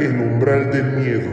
El umbral del miedo.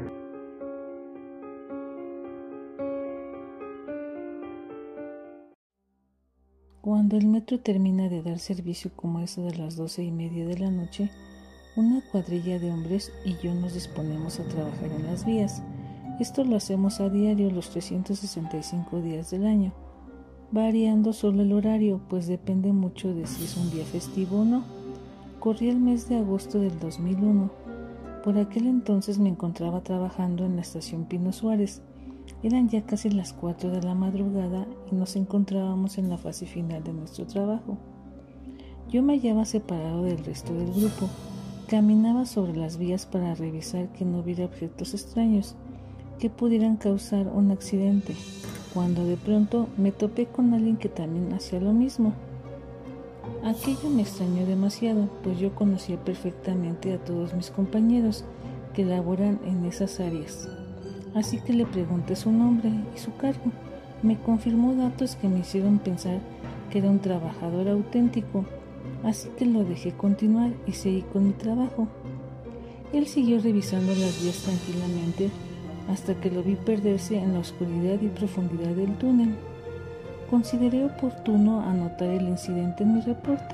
Cuando el metro termina de dar servicio como eso de las 12:30 de la noche, una cuadrilla de hombres y yo nos disponemos a trabajar en las vías. Esto lo hacemos a diario los 365 días del año, variando solo el horario, pues depende mucho de si es un día festivo o no. Corría el mes de agosto del 2001. Por aquel entonces me encontraba trabajando en la estación Pino Suárez. Eran ya casi las 4 de la madrugada y nos encontrábamos en la fase final de nuestro trabajo. Yo me hallaba separado del resto del grupo. Caminaba sobre las vías para revisar que no hubiera objetos extraños que pudieran causar un accidente, cuando de pronto me topé con alguien que también hacía lo mismo. Aquello me extrañó demasiado, pues yo conocía perfectamente a todos mis compañeros que laboran en esas áreas. Así que le pregunté su nombre y su cargo. Me confirmó datos que me hicieron pensar que era un trabajador auténtico, así que lo dejé continuar y seguí con mi trabajo. Él siguió revisando las vías tranquilamente hasta que lo vi perderse en la oscuridad y profundidad del túnel. Consideré oportuno anotar el incidente en mi reporte.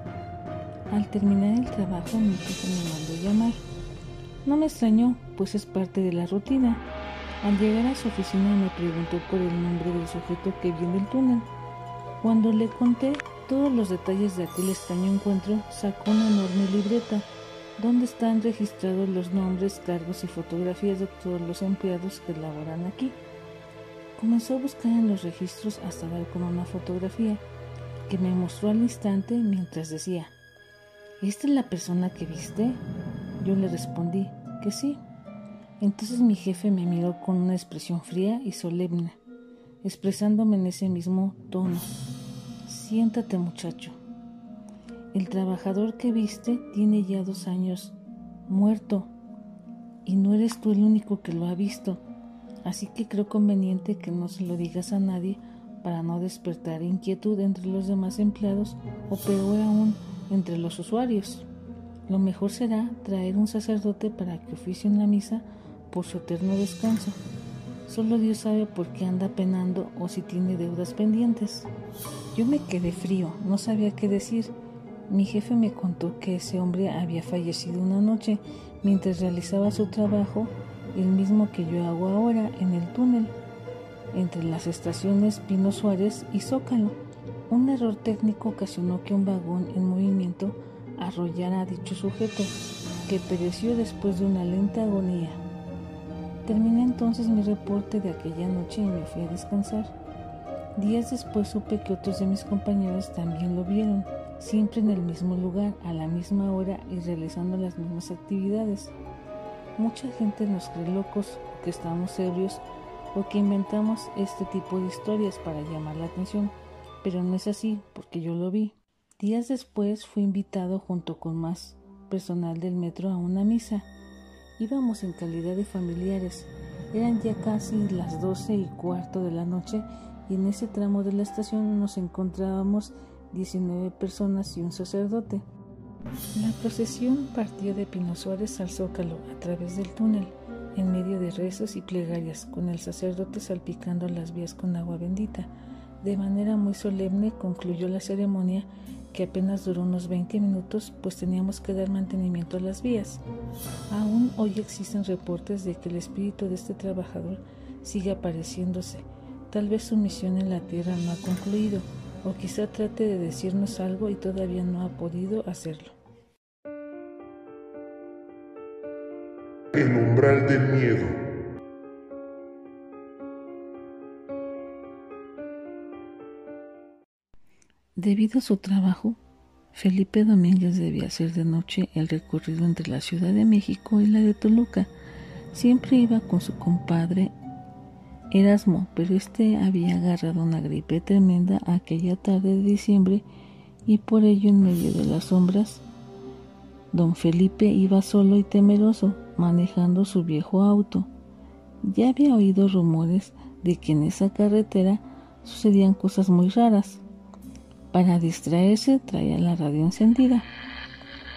Al terminar el trabajo, mi jefe me mandó llamar. No me extrañó, pues es parte de la rutina. Al llegar a su oficina me preguntó por el nombre del sujeto que vi en el túnel. Cuando le conté todos los detalles de aquel extraño encuentro, sacó una enorme libreta donde están registrados los nombres, cargos y fotografías de todos los empleados que laboran aquí. Comenzó a buscar en los registros hasta dar con una fotografía que me mostró al instante mientras decía: ¿esta es la persona que viste? Yo le respondí que sí. Entonces mi jefe me miró con una expresión fría y solemne, expresándome en ese mismo tono: siéntate, muchacho. El trabajador que viste tiene ya 2 años muerto y no eres tú el único que lo ha visto. Así que creo conveniente que no se lo digas a nadie para no despertar inquietud entre los demás empleados o peor aún entre los usuarios. Lo mejor será traer un sacerdote para que oficie en la misa por su eterno descanso. Solo Dios sabe por qué anda penando o si tiene deudas pendientes. Yo me quedé frío, no sabía qué decir. Mi jefe me contó que ese hombre había fallecido una noche mientras realizaba su trabajo, el mismo que yo hago ahora en el túnel, entre las estaciones Pino Suárez y Zócalo. Un error técnico ocasionó que un vagón en movimiento arrollara a dicho sujeto, que pereció después de una lenta agonía. Terminé entonces mi reporte de aquella noche y me fui a descansar. Días después supe que otros de mis compañeros también lo vieron, siempre en el mismo lugar, a la misma hora y realizando las mismas actividades. Mucha gente nos cree locos, o que estamos ebrios, o que inventamos este tipo de historias para llamar la atención, pero no es así, porque yo lo vi. Días después fui invitado junto con más personal del metro a una misa. Íbamos en calidad de familiares. Eran ya casi las 12:15 de la noche y en ese tramo de la estación nos encontrábamos 19 personas y un sacerdote. La procesión partía de Pino Suárez al Zócalo a través del túnel, en medio de rezos y plegarias, con el sacerdote salpicando las vías con agua bendita. De manera muy solemne concluyó la ceremonia, que apenas duró unos 20 minutos, pues teníamos que dar mantenimiento a las vías. Aún hoy existen reportes de que el espíritu de este trabajador sigue apareciéndose. Tal vez su misión en la tierra no ha concluido, o quizá trate de decirnos algo y todavía no ha podido hacerlo. El umbral del miedo. Debido a su trabajo, Felipe Domínguez debía hacer de noche el recorrido entre la Ciudad de México y la de Toluca. Siempre iba con su compadre Erasmo, pero este había agarrado una gripe tremenda aquella tarde de diciembre y por ello, en medio de las sombras, don Felipe iba solo y temeroso, manejando su viejo auto. Ya había oído rumores de que en esa carretera sucedían cosas muy raras. Para distraerse traía la radio encendida.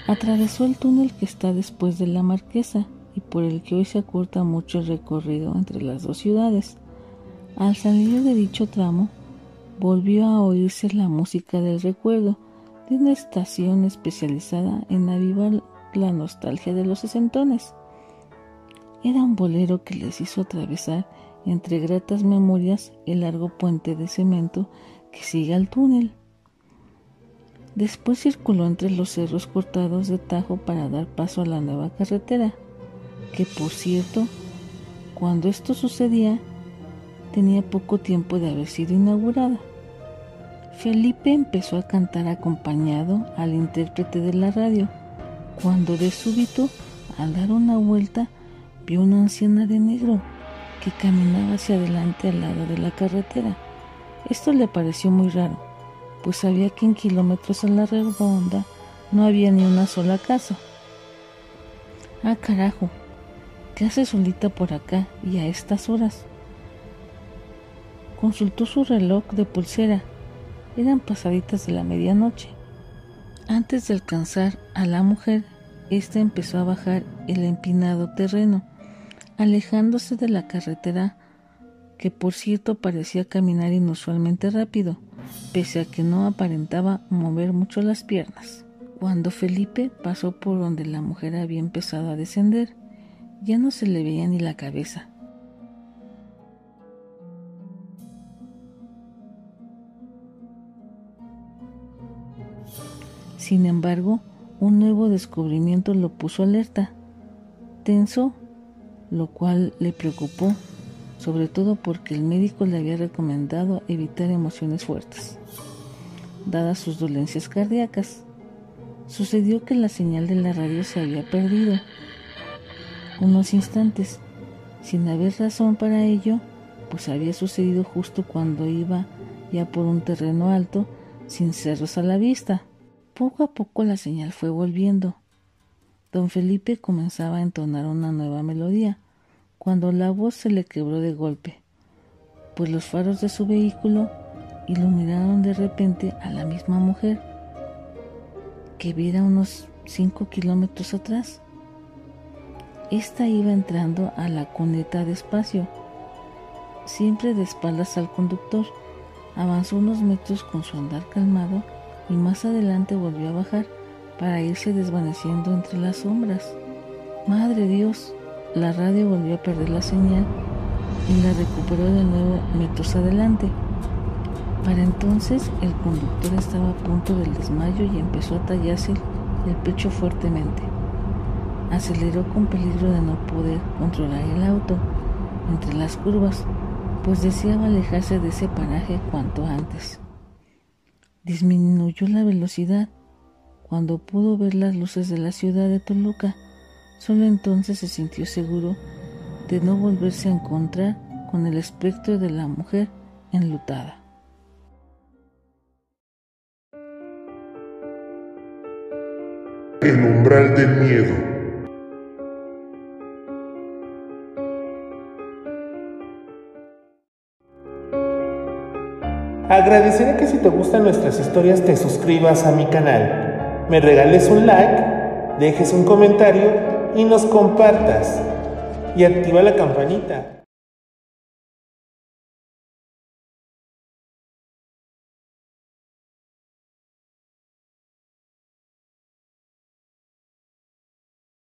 Atravesó el túnel que está después de la Marquesa y por el que hoy se acorta mucho el recorrido entre las dos ciudades. Al salir de dicho tramo, volvió a oírse la música del recuerdo de una estación especializada en avivar la nostalgia de los sesentones. Era un bolero que les hizo atravesar entre gratas memorias el largo puente de cemento que sigue al túnel. Después circuló entre los cerros cortados de tajo para dar paso a la nueva carretera, que por cierto, cuando esto sucedía, tenía poco tiempo de haber sido inaugurada. Felipe empezó a cantar acompañado al intérprete de la radio, cuando de súbito, al dar una vuelta, vio una anciana de negro que caminaba hacia adelante al lado de la carretera. Esto le pareció muy raro, pues sabía que en kilómetros a la redonda no había ni una sola casa. ¡Ah, carajo! ¿Qué hace solita por acá y a estas horas? Consultó su reloj de pulsera. Eran pasaditas de la medianoche. Antes de alcanzar a la mujer, ésta empezó a bajar el empinado terreno, alejándose de la carretera, que por cierto parecía caminar inusualmente rápido, pese a que no aparentaba mover mucho las piernas. Cuando Felipe pasó por donde la mujer había empezado a descender, ya no se le veía ni la cabeza. Sin embargo, un nuevo descubrimiento lo puso alerta, tenso, lo cual le preocupó, sobre todo porque el médico le había recomendado evitar emociones fuertes, dadas sus dolencias cardíacas. Sucedió que la señal de la radio se había perdido unos instantes, sin haber razón para ello, pues había sucedido justo cuando iba ya por un terreno alto, sin cerros a la vista. Poco a poco la señal fue volviendo. Don Felipe comenzaba a entonar una nueva melodía, cuando la voz se le quebró de golpe, pues los faros de su vehículo iluminaron de repente a la misma mujer, que viera unos 5 kilómetros atrás. Esta iba entrando a la cuneta despacio, siempre de espaldas al conductor. Avanzó unos metros con su andar calmado y más adelante volvió a bajar para irse desvaneciendo entre las sombras. ¡Madre Dios! La radio volvió a perder la señal y la recuperó de nuevo metros adelante. Para entonces el conductor estaba a punto del desmayo y empezó a tallarse el pecho fuertemente. Aceleró con peligro de no poder controlar el auto entre las curvas, pues deseaba alejarse de ese paraje cuanto antes. Disminuyó la velocidad cuando pudo ver las luces de la ciudad de Toluca. Solo entonces se sintió seguro de no volverse a encontrar con el espectro de la mujer enlutada. El umbral del miedo. Agradeceré que si te gustan nuestras historias te suscribas a mi canal, me regales un like, dejes un comentario y nos compartas. Y activa la campanita.